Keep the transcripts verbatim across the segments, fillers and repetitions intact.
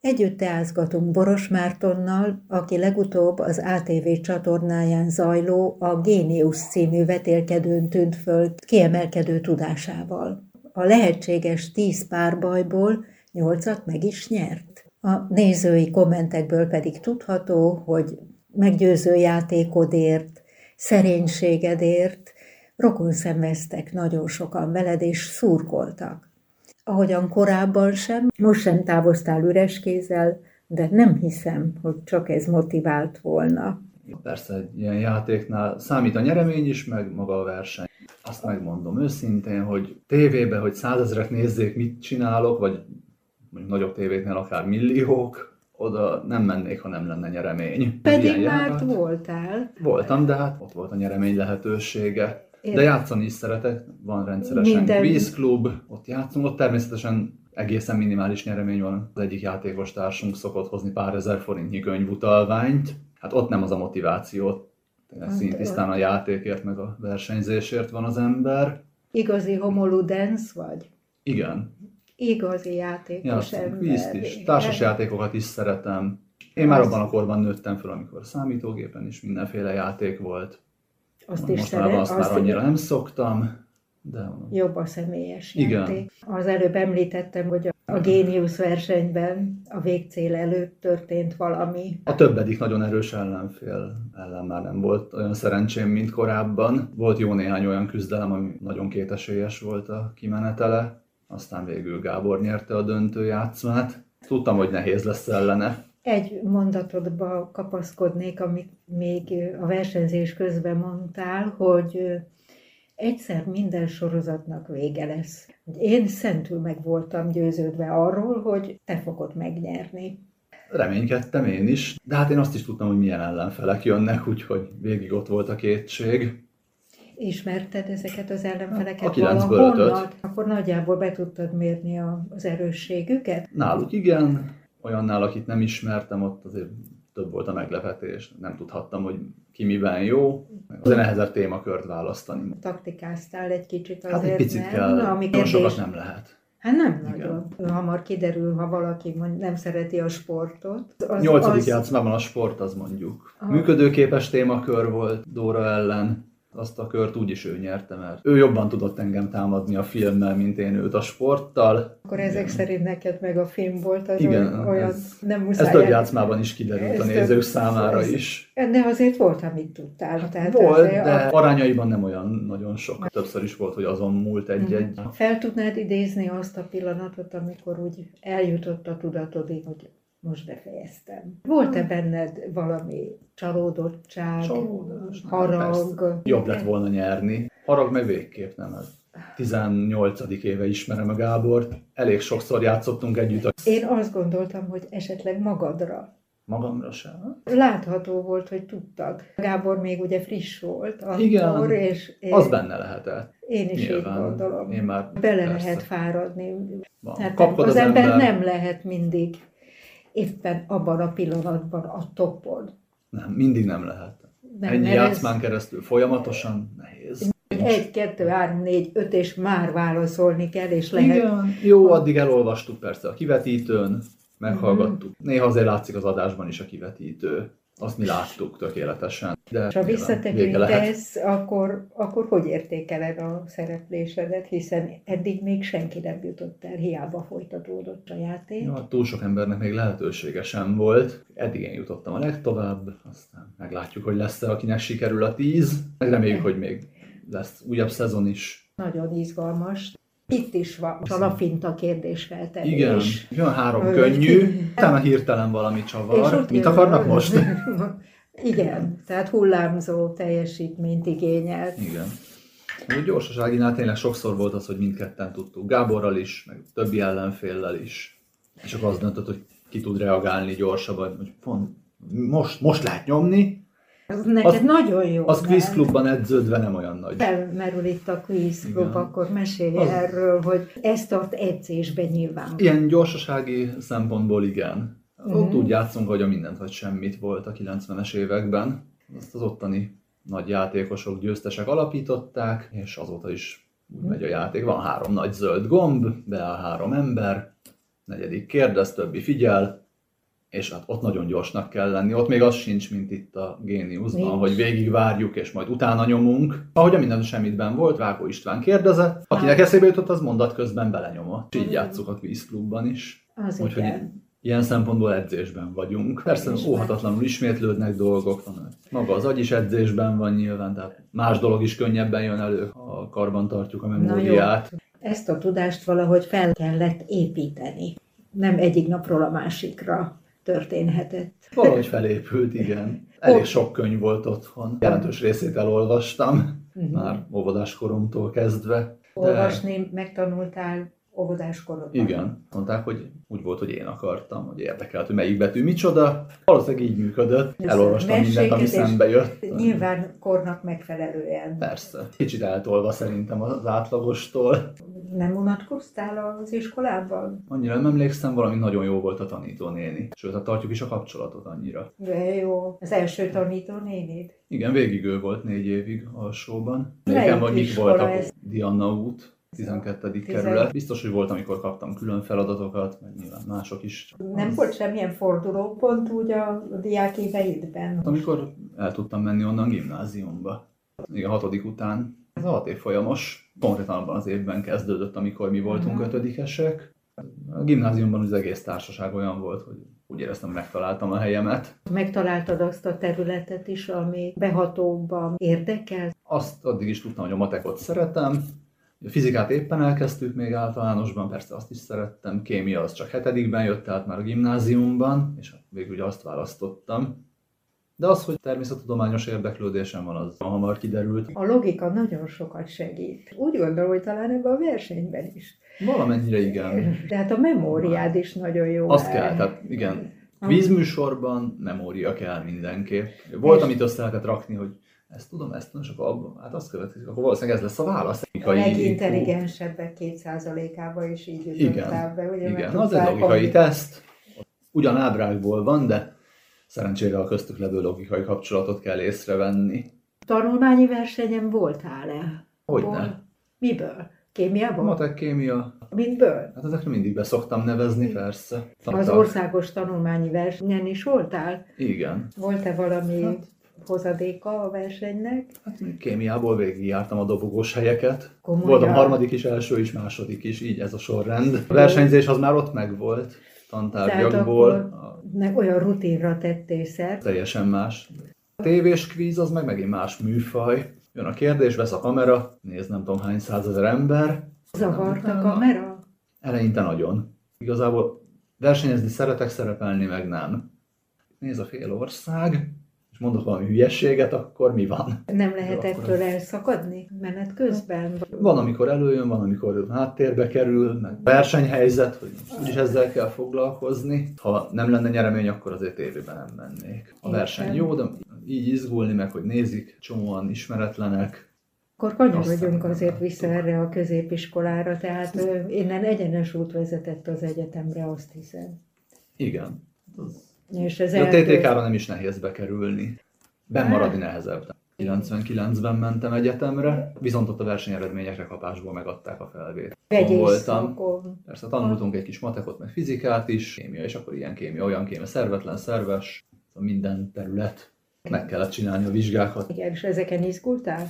Együtt teázgatunk Boros Mártonnal, aki legutóbb az á té vé csatornáján zajló a Géniusz című vetélkedőn tűnt föl kiemelkedő tudásával. A lehetséges tíz párbajból nyolcat meg is nyert. A nézői kommentekből pedig tudható, hogy meggyőző játékodért, szerénységedért rokonszenveztek nagyon sokan veled és szurkoltak. Ahogyan korábban sem, most sem távoztál üres kézzel, de nem hiszem, hogy csak ez motivált volna. Persze egy ilyen játéknál számít a nyeremény is, meg maga a verseny. Azt megmondom őszintén, hogy tévében, hogy százezrek nézzék, mit csinálok, vagy mondjuk nagyobb tévéknél akár milliók, oda nem mennék, ha nem lenne nyeremény. Pedig már járt, voltál. Voltam, de hát ott volt a nyeremény lehetősége. De játszani is szeretek, van rendszeresen Minden... kvízklub, ott játszunk, ott természetesen egészen minimális nyeremény van. Az egyik játékos társunk szokott hozni pár ezer forintnyi könyvutalványt. Hát ott nem az a motiváció, szintisztán a játékért meg a versenyzésért van az ember. Igazi homoludens vagy? Igen. Igazi játékos ember. Kvízt is, társas játékokat is szeretem. Én már abban a korban nőttem fel, amikor számítógépen is mindenféle játék volt. Azt Most is már szeret, azt, azt már annyira nem szoktam. De... Jobb a személyes Igen. játék. Az előbb említettem, hogy a Géniusz versenyben a végcél előtt történt valami. A többedik nagyon erős ellenfél ellen már nem volt olyan szerencsém, mint korábban. Volt jó néhány olyan küzdelem, ami nagyon kétesélyes volt a kimenetele. Aztán végül Gábor nyerte a döntő játszmát. Tudtam, hogy nehéz lesz ellene. Egy mondatodba kapaszkodnék, amit még a versenyzés közben mondtál, hogy egyszer minden sorozatnak vége lesz. Én szentül meg voltam győződve arról, hogy te fogod megnyerni. Reménykedtem én is, de hát én azt is tudtam, hogy milyen ellenfelek jönnek, úgyhogy végig ott volt a kétség. Ismerted ezeket az ellenfeleket? A kilencből ötöt. Akkor nagyjából be tudtad mérni az erősségüket? Náluk igen. Olyannál, akit nem ismertem, ott azért több volt a meglepetés. Nem tudhattam, hogy ki miben jó. Azért nehezebb témakört választani. Taktikáztál egy kicsit azért, hát egy picit nem? kell, Ami nagyon sokat nem lehet. Hát nem nagyon. Igen. Hamar kiderül, ha valaki nem szereti a sportot. Az, Nyolcadik az... játszmában a sport az mondjuk. Aha. Működőképes témakör volt Dóra ellen. Azt a kört úgyis ő nyerte, mert ő jobban tudott engem támadni a filmmel, mint én őt a sporttal. Akkor ezek igen. szerint neked meg a film volt az igen, olyan, ez, nem muszáj. Ez több játszmában is kiderült a nézők több, számára ez, is. De azért volt, amit tudtál. Hát tehát volt, de a... arányaiban nem olyan nagyon sok. Többször is volt, hogy azon múlt egy-egy. Fel tudnád idézni azt a pillanatot, amikor úgy eljutott a tudatodig, hogy most befejeztem. Volt-e benned valami csalódottság, Csalódás, harag? Persze. Jobb lett volna nyerni. Harag meg végképp nem. tizennyolcadik éve ismerem a Gábort. Elég sokszor játszottunk együtt. Én azt gondoltam, hogy esetleg magadra. Magamra sem. Látható volt, hogy tudtad. Gábor még ugye friss volt akkor, igen, és én, az benne lehetett. Én is Nyilván, így gondolom. Én már Bele persze. lehet fáradni. Hát az, az ember, ember nem lehet mindig éppen abban a pillanatban a toppon. Nem, mindig nem lehet. Nem, Ennyi játszmán ez... keresztül folyamatosan nehéz. Egy, kettő, három, négy, öt, és már válaszolni kell, és lehet... Igen, jó, addig elolvastuk persze a kivetítőn, meghallgattuk. Mm. Néha azért látszik az adásban is a kivetítő. Azt mi láttuk tökéletesen. De és ha visszatekintesz, akkor, akkor hogy értékeled a szereplésedet, hiszen eddig még senki nem jutott el, hiába folytatódott a játék. Ja, túl sok embernek még lehetősége sem volt. Eddig én jutottam a legtovább, aztán meglátjuk, hogy lesz-e, akinek sikerül a tíz. Reméljük, hogy még lesz újabb szezon is. Nagyon izgalmas. Itt is van a lafinta kérdésfeltevés. Igen, jön három Ö, könnyű, utána hirtelen valami csavar. Mit akarnak most? Igen, tehát hullámzó teljesítményt igényelt. Igen. A gyorsaságinál tényleg sokszor volt az, hogy mindketten tudtuk. Gáborral is, meg többi ellenféllel is. És akkor az döntött, hogy ki tud reagálni gyorsabban, hogy pont most, most lehet nyomni. Az neked az, nagyon jó. Az kvízklubban edződve nem olyan nagy. Felmerül itt a kvízklub, akkor mesélj az... erről, hogy ez tart edzésben nyilván. Ilyen gyorsasági szempontból igen. Uh-huh. Ott úgy játszunk, hogy a mindent vagy semmit volt a kilencvenes években. Azt az ottani nagy játékosok, győztesek alapították, és azóta is úgy megy a játék. Van három nagy zöld gomb, beáll három ember, negyedik kérdez, többi figyel, és hát ott nagyon gyorsnak kell lenni. Ott még az sincs, mint itt a Géniuszban, hogy végig várjuk, és majd utána nyomunk. Ahogy a Minden Semmitben volt, Vágó István kérdezett, akinek eszébe jutott, az mondat közben belenyomott. Így játsszuk a kvízklubban is. Az Úgyhogy igen. Ilyen szempontból edzésben vagyunk. Persze óhatatlanul ismétlődnek dolgok, maga az agy is edzésben van nyilván, tehát más dolog is könnyebben jön elő, ha karban tartjuk a memóriát. Ezt a tudást valahogy fel kellett építeni. Nem egyik napról a másikra történhetett. Valahogy felépült, igen. Elég sok könyv volt otthon. Jelentős részét elolvastam, uh-huh. már óvodás koromtól kezdve. Olvasni de... megtanultál óvodás korodban? Igen. Mondták, hogy úgy volt, hogy én akartam, hogy érdekelt, hogy melyik betű micsoda. Valószínűleg így működött. Elolvastam mindent, ami szembe jött. Nyilván kornak megfelelően. Persze. Kicsit eltolva szerintem az átlagostól. Nem unatkoztál az iskolában? Annyira nem emlékszem, valami nagyon jó volt a tanítónéni. Sőt, hát tartjuk is a kapcsolatot annyira. De jó. Az első tanítónénid? Igen, végig ő volt négy évig alsóban. Nekem, hogy mik voltak ez? Diana út. tizenkettedik kerület. Biztos, hogy volt, amikor kaptam külön feladatokat, meg nyilván mások is. Nem az... volt semmilyen fordulópont úgy a diák éveidben? Amikor el tudtam menni onnan gimnáziumba. Igen, a hatodik után. Ez a hat évfolyamos. Konkrétan abban az évben kezdődött, amikor mi voltunk uh-huh. ötödikesek. A gimnáziumban az egész társaság olyan volt, hogy úgy éreztem, megtaláltam a helyemet. Megtaláltad azt a területet is, ami behatóbban érdekel? Azt addig is tudtam, hogy a matekot szeretem. A fizikát éppen elkezdtük még általánosban, persze azt is szerettem. Kémia az csak hetedikben jött át már a gimnáziumban, és végül ugye azt választottam. De az, hogy természettudományos érdeklődésem van, az hamar kiderült. A logika nagyon sokat segít. Úgy gondolom, hogy talán ebben a versenyben is. Valamennyire igen. De hát a memóriád is nagyon jó. Azt el. kell, tehát igen. Kvízműsorban memória kell mindenképp. Volt, és... amit össze lehetett rakni, hogy ezt tudom, ezt tudom, és akkor abban, hát azt következik, akkor valószínűleg ez lesz a válasz. A legintelligensebbek két százalékában is így jutottál be. Ugye, igen, az egy logikai kombi... teszt. Ugyan ábrákból van, de szerencsére a köztük levő logikai kapcsolatot kell észrevenni. Tanulmányi versenyen voltál-e? Hogyne. Miből? Kémiából? Matek, kémia. Mindből? Hát ezekre mindig be szoktam nevezni, persze. Az országos tanulmányi versenyen is voltál? Igen. Volt-e valami hát, hozadéka a versenynek? Hát kémiából végigjártam a dobogós helyeket. Komolyan? Voltam harmadik is, első is, második is, így ez a sorrend. A versenyzés az már ott megvolt, tantárgyakból. A... olyan rutinra tettél szert. Teljesen más. A tévés kvíz az meg megint más műfaj. Jön a kérdés, vesz a kamera, néz nem tudom hány százezer ember. Zavart a kamera? Eleinte nagyon. Igazából versenyezni szeretek, szerepelni meg nem. Néz a fél ország, és mondok valami hülyességet, akkor mi van? Nem lehet ettől elszakadni menet közben? Van, amikor előjön, van, amikor háttérbe kerül, meg versenyhelyzet, hogy úgyis ezzel kell foglalkozni. Ha nem lenne nyeremény, akkor azért tévében nem mennék. A verseny jó, de így izgulni meg, hogy nézik, csomóan ismeretlenek. Akkor kanyarodjunk azért vissza erre a középiskolára, tehát innen egyenes út vezetett az egyetemre, azt hiszem. Igen. Az... És az a té té ká-ra nem is nehéz bekerülni. Bennmaradni nehezebb. kilencvenkilencben mentem egyetemre, viszont ott a versenyeredményekre kapásból megadták a felvételt. Voltam. Persze tanultunk egy kis matekot, meg fizikát is, kémia, és akkor ilyen kémia, olyan kémia, szervetlen, szerves, minden terület. Meg kellett csinálni a vizsgákat. Igen, és ezeken izgultál?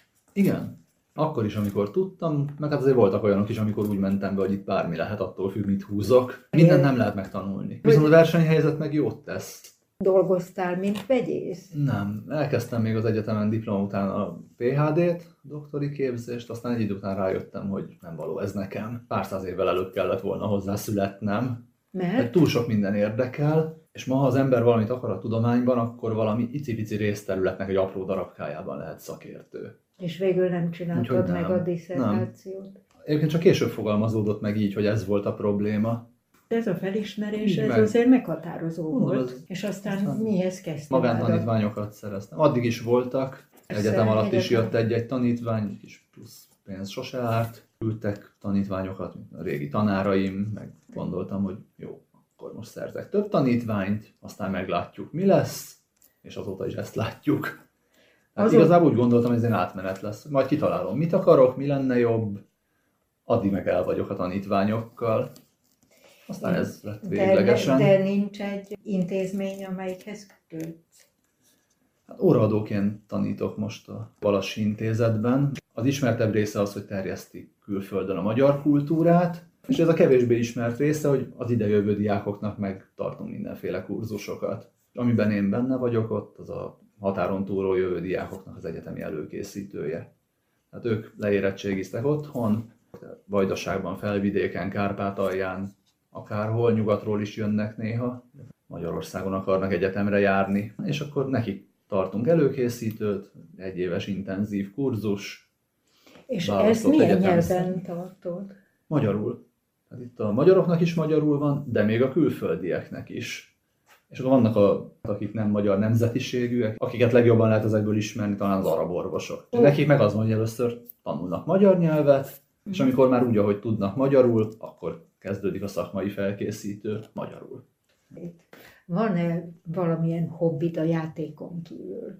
Igen. Akkor is, amikor tudtam, meg hát azért voltak olyanok is, amikor úgy mentem be, hogy itt bármi lehet, attól függ, mit húzok. Mindent nem lehet megtanulni. Viszont a versenyhelyzet meg jót tesz. Dolgoztál, mint vegyész? Nem. Elkezdtem még az egyetemen diploma után a pé há dét, doktori képzést, aztán egy idő után rájöttem, hogy nem való ez nekem. Pár száz évvel előbb kellett volna hozzá születnem. Mert? Túl sok minden érdekel, és ma, ha az ember valamit akar a tudományban, akkor valami icipici részterületnek egy apró darabkájában lehet szakértő. És végül nem csináltad nem. meg a disszertációt? Nem. Egyébként csak később fogalmazódott meg így, hogy ez volt a probléma. Ez a felismerés, ez meg... azért meghatározó Mondom, volt, az... és aztán, aztán mihez kezdtem? Magántanítványokat szereztem. Addig is voltak, egyetem alatt egyetem. is jött egy-egy tanítvány, és plusz pénz sose árt. Ültek tanítványokat, mint a régi tanáraim, meg gondoltam, hogy jó, akkor most szerzek több tanítványt, aztán meglátjuk, mi lesz, és azóta is ezt látjuk. Hát Azon... igazából úgy gondoltam, hogy ez egy átmenet lesz. Majd kitalálom, mit akarok, mi lenne jobb, addig meg el vagyok a tanítványokkal. Aztán ez lett véglegesen. De, de nincs egy intézmény, amelyikhez kötődsz? Hát óraadóként tanítok most a Balassi Intézetben. Az ismertebb része az, hogy terjesztik külföldön a magyar kultúrát, és ez a kevésbé ismert része, hogy az idejövő diákoknak megtartunk mindenféle kurzusokat. Amiben én benne vagyok, ott az a határon túlról jövő diákoknak az egyetemi előkészítője. Hát ők leérettségiztek otthon, Vajdaságban, Felvidéken, Kárpátalján, akárhol, nyugatról is jönnek néha. Magyarországon akarnak egyetemre járni, és akkor nekik tartunk előkészítőt, egy éves intenzív kurzus. És ezt milyen nyelven tartod? Magyarul. Hát itt a magyaroknak is magyarul van, de még a külföldieknek is. És akkor vannak, a, akik nem magyar nemzetiségűek, akiket legjobban lehet ezekből ismerni, talán az arab orvosok. Oh. Nekik meg az van, hogy először tanulnak magyar nyelvet, és amikor már úgy, ahogy tudnak magyarul, akkor kezdődik a szakmai felkészítő magyarul. Van-e valamilyen hobbit a játékon kívül?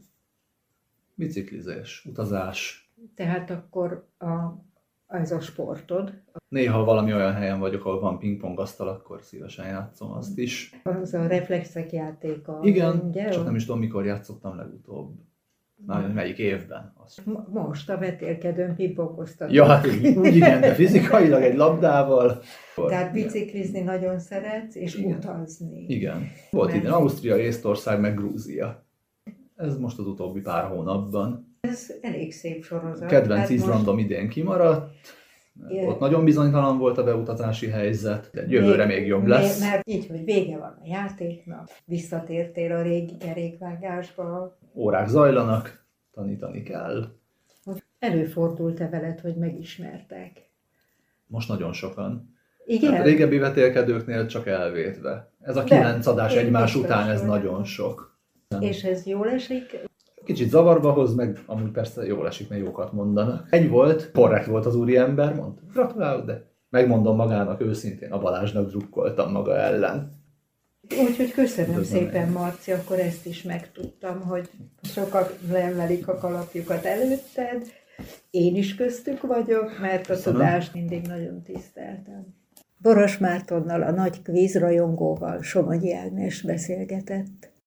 Biciklizés, utazás. Tehát akkor a, ez a sportod? Néha valami olyan helyen vagyok, ahol van pingpongasztal, akkor szívesen játszom azt is. Az a reflexek játéka. Igen, ugye? Csak nem is tudom, mikor játszottam legutóbb. Már melyik évben? Azt. Most a vetélkedőn pingpongoztatod. Ja, hát úgy igen, de fizikailag egy labdával. Tehát biciklizni igen. Nagyon szeretsz, és igen. Utazni. Igen. Volt mert... idén Ausztria, Észtország, meg Grúzia. Ez most az utóbbi pár hónapban. Ez elég szép sorozat. Kedvenc Izlandom most... idén kimaradt. Yeah. Ott nagyon bizonytalan volt a beutazási helyzet, de jövőre még, még jobb lesz. Még, mert így, hogy vége van a játéknak, visszatértél a régi kerékvágásba. Órák zajlanak, tanítani kell. Előfordult-e veled, hogy megismertek? Most nagyon sokan. Igen? Hát a régebbi vetélkedőknél csak elvétve. Ez a kilenc adás egymás után, ez nagyon sok. És ez jól esik? Kicsit zavarba hoz, meg amúgy persze jól esik, mert jókat mondanak. Egy volt, korrekt volt az úriember, mondta, gratulálok, de megmondom magának őszintén, a Balázsnak drukkoltam maga ellen. Úgyhogy köszönöm de szépen, Marci, akkor ezt is megtudtam, hogy sokat lemelik a kalapjukat előtted. Én is köztük vagyok, mert a köszönöm. Tudást mindig nagyon tiszteltem. Boros Mártonnal, a nagy kvízrajongóval Somogyi Ágnes beszélgetett.